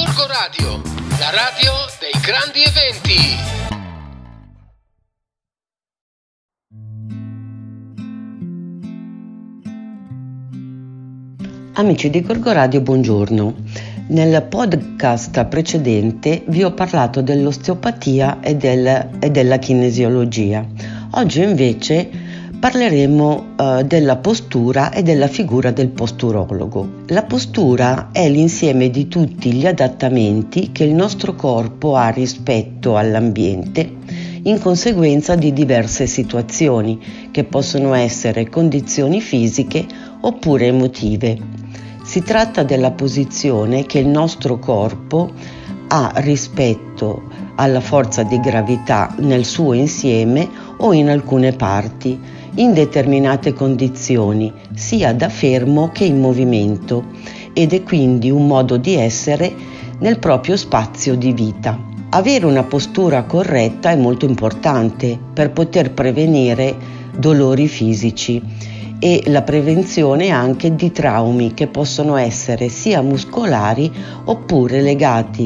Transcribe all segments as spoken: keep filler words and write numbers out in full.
Gorgo Radio, la radio dei grandi eventi. Amici di Gorgo Radio, buongiorno. Nel podcast precedente vi ho parlato dell'osteopatia e, del, e della kinesiologia. Oggi invece parleremo uh, della postura e della figura del posturologo. La postura è l'insieme di tutti gli adattamenti che il nostro corpo ha rispetto all'ambiente in conseguenza di diverse situazioni che possono essere condizioni fisiche oppure emotive. Si tratta della posizione che il nostro corpo ha rispetto alla forza di gravità nel suo insieme o in alcune parti, in determinate condizioni, sia da fermo che in movimento, ed è quindi un modo di essere nel proprio spazio di vita. Avere una postura corretta è molto importante per poter prevenire dolori fisici e la prevenzione anche di traumi che possono essere sia muscolari oppure legati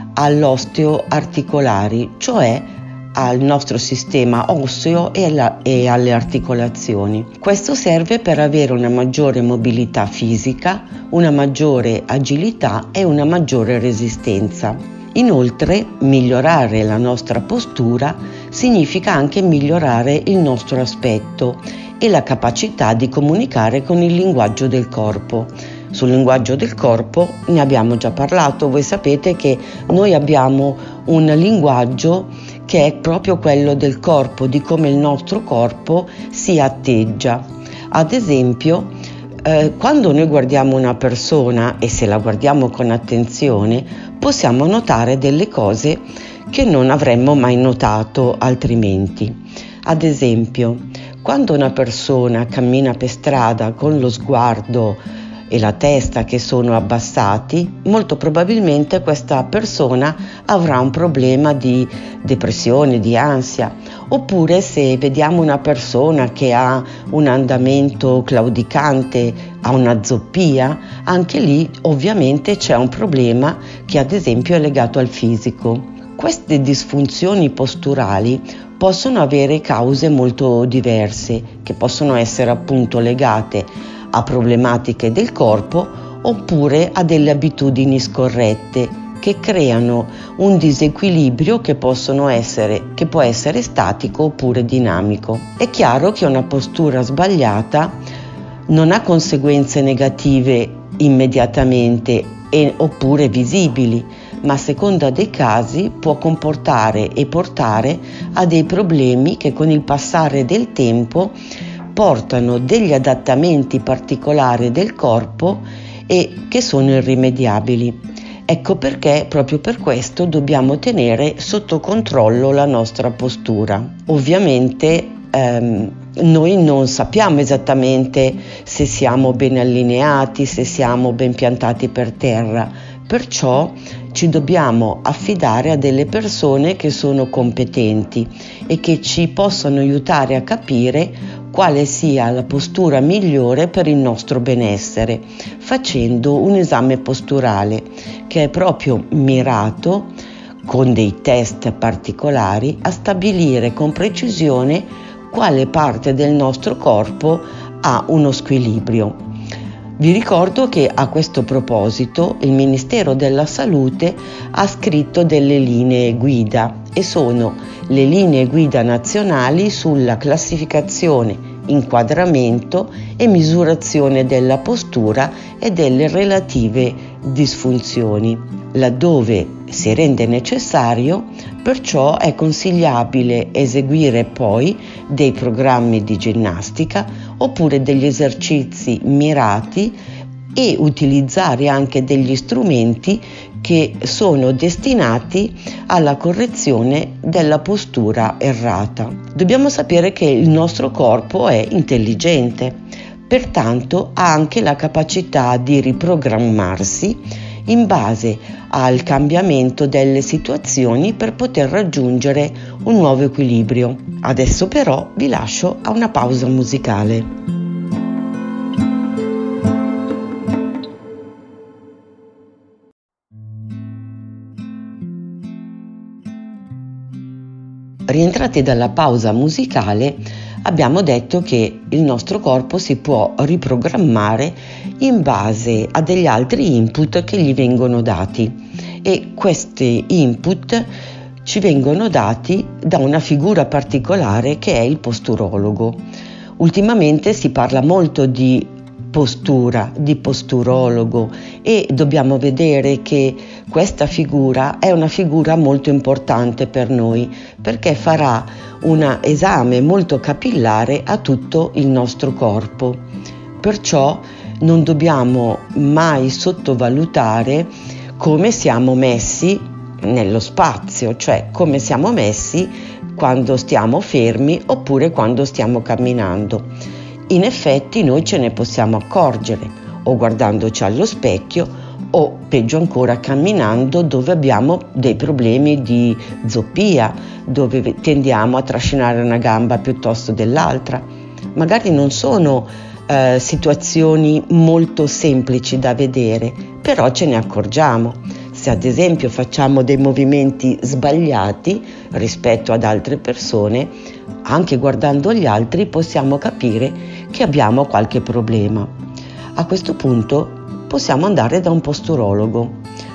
all'osteoarticolari, cioè al nostro sistema osseo e, alla, e alle articolazioni. Questo serve per avere una maggiore mobilità fisica, una maggiore agilità e una maggiore resistenza. Inoltre, migliorare la nostra postura significa anche migliorare il nostro aspetto e la capacità di comunicare con il linguaggio del corpo. Sul linguaggio del corpo ne abbiamo già parlato, voi sapete che noi abbiamo un linguaggio che è proprio quello del corpo, di come il nostro corpo si atteggia. Ad esempio, eh, quando noi guardiamo una persona e se la guardiamo con attenzione, possiamo notare delle cose che non avremmo mai notato altrimenti. Ad esempio, quando una persona cammina per strada con lo sguardo e la testa che sono abbassati, molto probabilmente questa persona avrà un problema di depressione, di ansia. Oppure se vediamo una persona che ha un andamento claudicante, ha una zoppia, anche lì ovviamente c'è un problema che ad esempio è legato al fisico. Queste disfunzioni posturali possono avere cause molto diverse, che possono essere appunto legate a problematiche del corpo oppure a delle abitudini scorrette che creano un disequilibrio che possono essere che può essere statico oppure dinamico. È chiaro che una postura sbagliata non ha conseguenze negative immediatamente e, oppure visibili, ma a seconda dei casi può comportare e portare a dei problemi che con il passare del tempo portano degli adattamenti particolari del corpo e che sono irrimediabili. Ecco perché proprio per questo dobbiamo tenere sotto controllo la nostra postura. Ovviamente ehm, noi non sappiamo esattamente se siamo ben allineati, se siamo ben piantati per terra, perciò ci dobbiamo affidare a delle persone che sono competenti e che ci possono aiutare a capire quale sia la postura migliore per il nostro benessere, facendo un esame posturale che è proprio mirato, con dei test particolari, a stabilire con precisione quale parte del nostro corpo ha uno squilibrio. Vi ricordo che a questo proposito il Ministero della Salute ha scritto delle linee guida e sono le linee guida nazionali sulla classificazione, inquadramento e misurazione della postura e delle relative disfunzioni. Laddove si rende necessario, perciò è consigliabile eseguire poi dei programmi di ginnastica oppure degli esercizi mirati e utilizzare anche degli strumenti che sono destinati alla correzione della postura errata. Dobbiamo sapere che il nostro corpo è intelligente, pertanto ha anche la capacità di riprogrammarsi in base al cambiamento delle situazioni per poter raggiungere un nuovo equilibrio. Adesso però vi lascio a una pausa musicale. Rientrati dalla pausa musicale, abbiamo detto che il nostro corpo si può riprogrammare in base a degli altri input che gli vengono dati, e questi input ci vengono dati da una figura particolare che è il posturologo. Ultimamente si parla molto di postura, di posturologo, e dobbiamo vedere che questa figura è una figura molto importante per noi, perché farà un esame molto capillare a tutto il nostro corpo. Perciò non dobbiamo mai sottovalutare come siamo messi nello spazio, cioè come siamo messi quando stiamo fermi oppure quando stiamo camminando. In effetti noi ce ne possiamo accorgere o guardandoci allo specchio o peggio ancora camminando, dove abbiamo dei problemi di zoppia, dove tendiamo a trascinare una gamba piuttosto dell'altra. Magari non sono eh, situazioni molto semplici da vedere, però ce ne accorgiamo. Se ad esempio facciamo dei movimenti sbagliati rispetto ad altre persone, anche guardando gli altri possiamo capire che abbiamo qualche problema. A questo punto possiamo andare da un posturologo.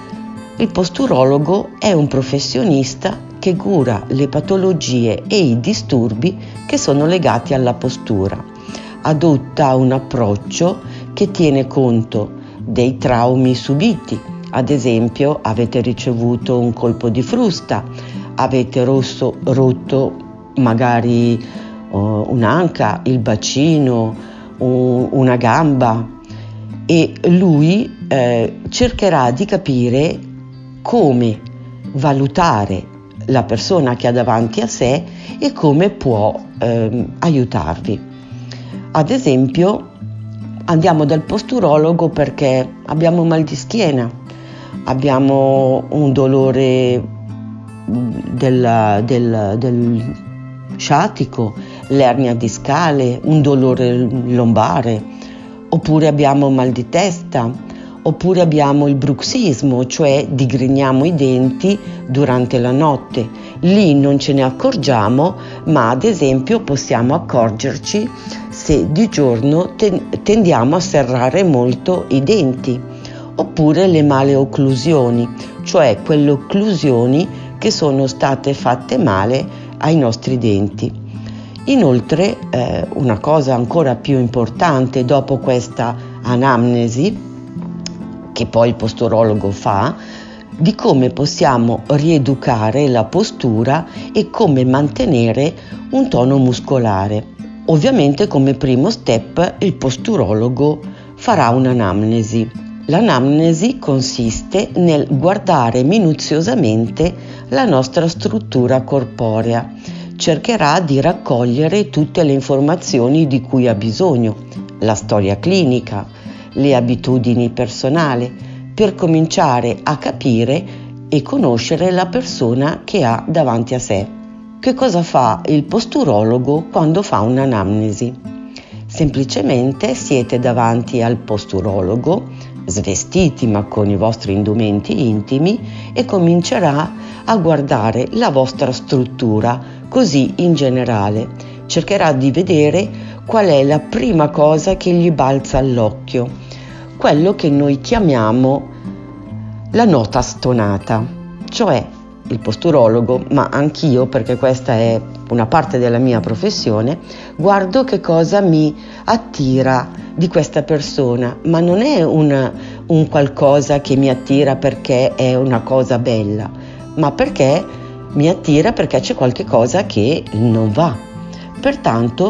Il posturologo è un professionista che cura le patologie e i disturbi che sono legati alla postura. Adotta un approccio che tiene conto dei traumi subiti. Ad esempio, avete ricevuto un colpo di frusta, avete rosso, rotto magari uh, un'anca, il bacino, un, una gamba, e lui eh, cercherà di capire come valutare la persona che ha davanti a sé e come può eh, aiutarvi. Ad esempio, andiamo dal posturologo perché abbiamo un mal di schiena, abbiamo un dolore del, del, del sciatico, l'ernia discale, un dolore lombare, oppure abbiamo mal di testa, oppure abbiamo il bruxismo, cioè digrigniamo i denti durante la notte. Lì non ce ne accorgiamo, ma ad esempio possiamo accorgerci se di giorno tendiamo a serrare molto i denti, oppure le maleocclusioni, cioè quelle occlusioni che sono state fatte male ai nostri denti. Inoltre, eh, una cosa ancora più importante dopo questa anamnesi, che poi il posturologo fa, di come possiamo rieducare la postura e come mantenere un tono muscolare. Ovviamente come primo step il posturologo farà un'anamnesi. L'anamnesi consiste nel guardare minuziosamente la nostra struttura corporea. Cercherà di raccogliere tutte le informazioni di cui ha bisogno, la storia clinica, le abitudini personali, per cominciare a capire e conoscere la persona che ha davanti a sé. Che cosa fa il posturologo quando fa un'anamnesi? Semplicemente siete davanti al posturologo, svestiti ma con i vostri indumenti intimi, e comincerà a guardare la vostra struttura così in generale. Cercherà di vedere qual è la prima cosa che gli balza all'occhio, quello che noi chiamiamo la nota stonata, cioè il posturologo, ma anch'io, perché questa è una parte della mia professione, guardo che cosa mi attira di questa persona, ma non è un, un qualcosa che mi attira perché è una cosa bella, ma perché mi attira perché c'è qualche cosa che non va. Pertanto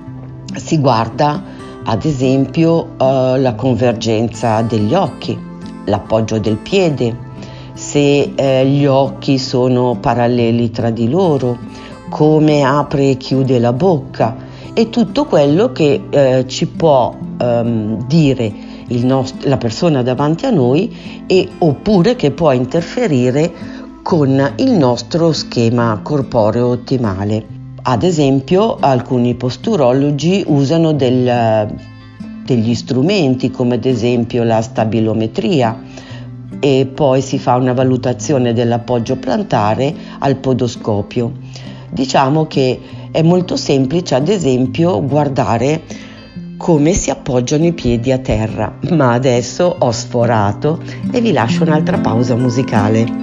si guarda ad esempio uh, la convergenza degli occhi, l'appoggio del piede, se eh, gli occhi sono paralleli tra di loro, come apre e chiude la bocca, e tutto quello che eh, ci può ehm, dire il nost- la persona davanti a noi, e oppure che può interferire con il nostro schema corporeo ottimale. Ad esempio, alcuni posturologi usano del, degli strumenti, come ad esempio la stabilometria, e poi si fa una valutazione dell'appoggio plantare al podoscopio. Diciamo che è molto semplice, ad esempio, guardare come si appoggiano i piedi a terra, ma adesso ho sforato e vi lascio un'altra pausa musicale.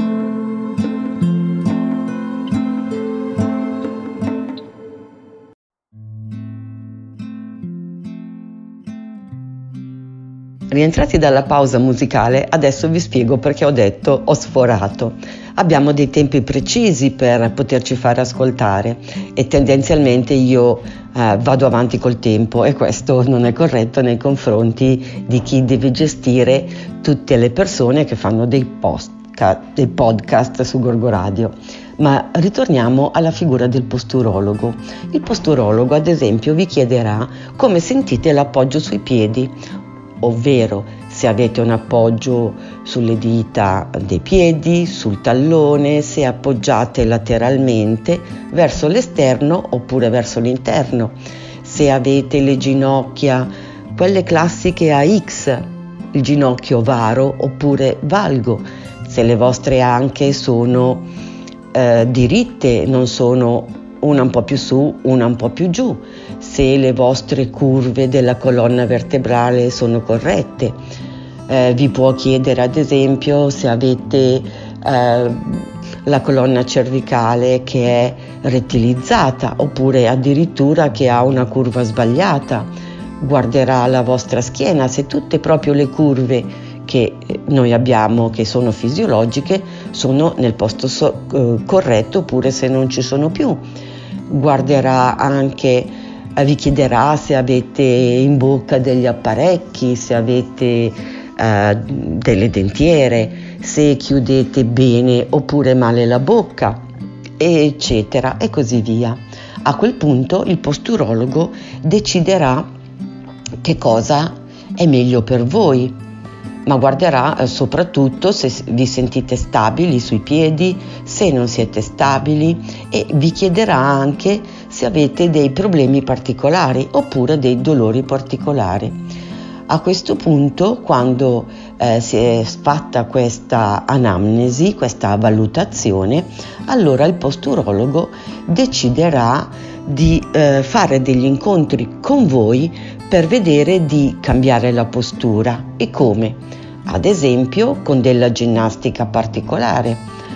Rientrati dalla pausa musicale, adesso vi spiego perché ho detto ho sforato. Abbiamo dei tempi precisi per poterci fare ascoltare e tendenzialmente io eh, vado avanti col tempo, e questo non è corretto nei confronti di chi deve gestire tutte le persone che fanno dei, post, dei podcast su Gorgo Radio. Ma ritorniamo alla figura del posturologo. Il posturologo, ad esempio, vi chiederà come sentite l'appoggio sui piedi, ovvero se avete un appoggio sulle dita dei piedi, sul tallone, se appoggiate lateralmente verso l'esterno oppure verso l'interno, se avete le ginocchia, quelle classiche a X, il ginocchio varo oppure valgo, se le vostre anche sono eh, diritte, non sono una un po' più su, una un po' più giù, se le vostre curve della colonna vertebrale sono corrette. Eh, vi può chiedere ad esempio se avete eh, la colonna cervicale che è rettilizzata oppure addirittura che ha una curva sbagliata. Guarderà la vostra schiena, se tutte proprio le curve che noi abbiamo, che sono fisiologiche, sono nel posto so- eh, corretto oppure se non ci sono più. Guarderà anche, eh, vi chiederà se avete in bocca degli apparecchi, se avete eh, delle dentiere, se chiudete bene oppure male la bocca, eccetera, e così via. A quel punto il posturologo deciderà che cosa è meglio per voi, ma guarderà eh, soprattutto se vi sentite stabili sui piedi, se non siete stabili, e vi chiederà anche se avete dei problemi particolari oppure dei dolori particolari. A questo punto, quando eh, si è fatta questa anamnesi, questa valutazione, allora il posturologo deciderà di eh, fare degli incontri con voi per vedere di cambiare la postura. E come? Ad esempio con della ginnastica particolare,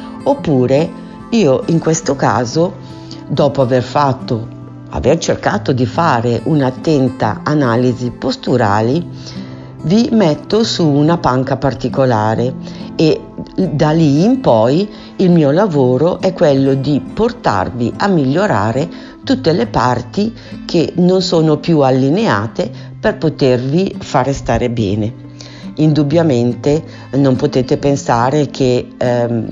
oppure io in questo caso, dopo aver fatto, aver cercato di fare un'attenta analisi posturali, vi metto su una panca particolare e da lì in poi il mio lavoro è quello di portarvi a migliorare tutte le parti che non sono più allineate per potervi fare stare bene. Indubbiamente non potete pensare che ehm,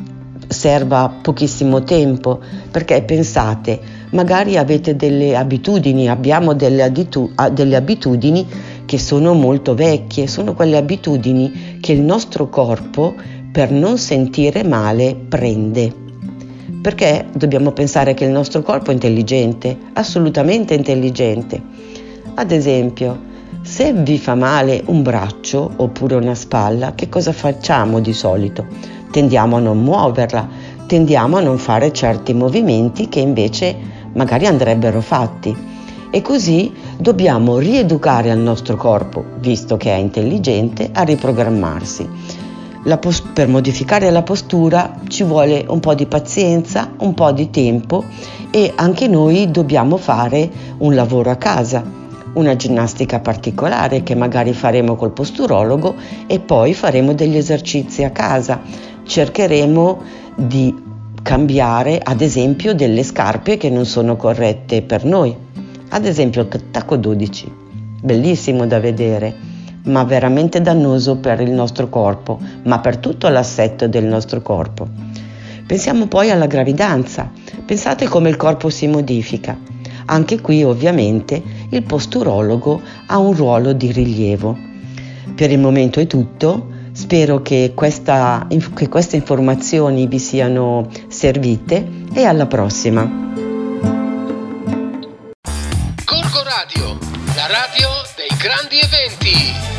serva pochissimo tempo, perché pensate, magari avete delle abitudini, abbiamo delle, aditu- delle abitudini che sono molto vecchie, sono quelle abitudini che il nostro corpo, per non sentire male, prende. Perché dobbiamo pensare che il nostro corpo è intelligente, assolutamente intelligente. Ad esempio, se vi fa male un braccio oppure una spalla, che cosa facciamo di solito? Tendiamo a non muoverla, tendiamo a non fare certi movimenti che invece magari andrebbero fatti. E così dobbiamo rieducare al nostro corpo, visto che è intelligente, a riprogrammarsi. La post- per modificare la postura ci vuole un po' di pazienza, un po' di tempo, e anche noi dobbiamo fare un lavoro a casa, una ginnastica particolare che magari faremo col posturologo e poi faremo degli esercizi a casa. Cercheremo di cambiare ad esempio delle scarpe che non sono corrette per noi, ad esempio il tacco dodici, bellissimo da vedere, ma veramente dannoso per il nostro corpo, ma per tutto l'assetto del nostro corpo. Pensiamo poi alla gravidanza, pensate come il corpo si modifica. Anche qui ovviamente il posturologo ha un ruolo di rilievo. Per il momento è tutto, spero che, questa, che queste informazioni vi siano servite e alla prossima. Gorgo Radio, la radio dei grandi eventi.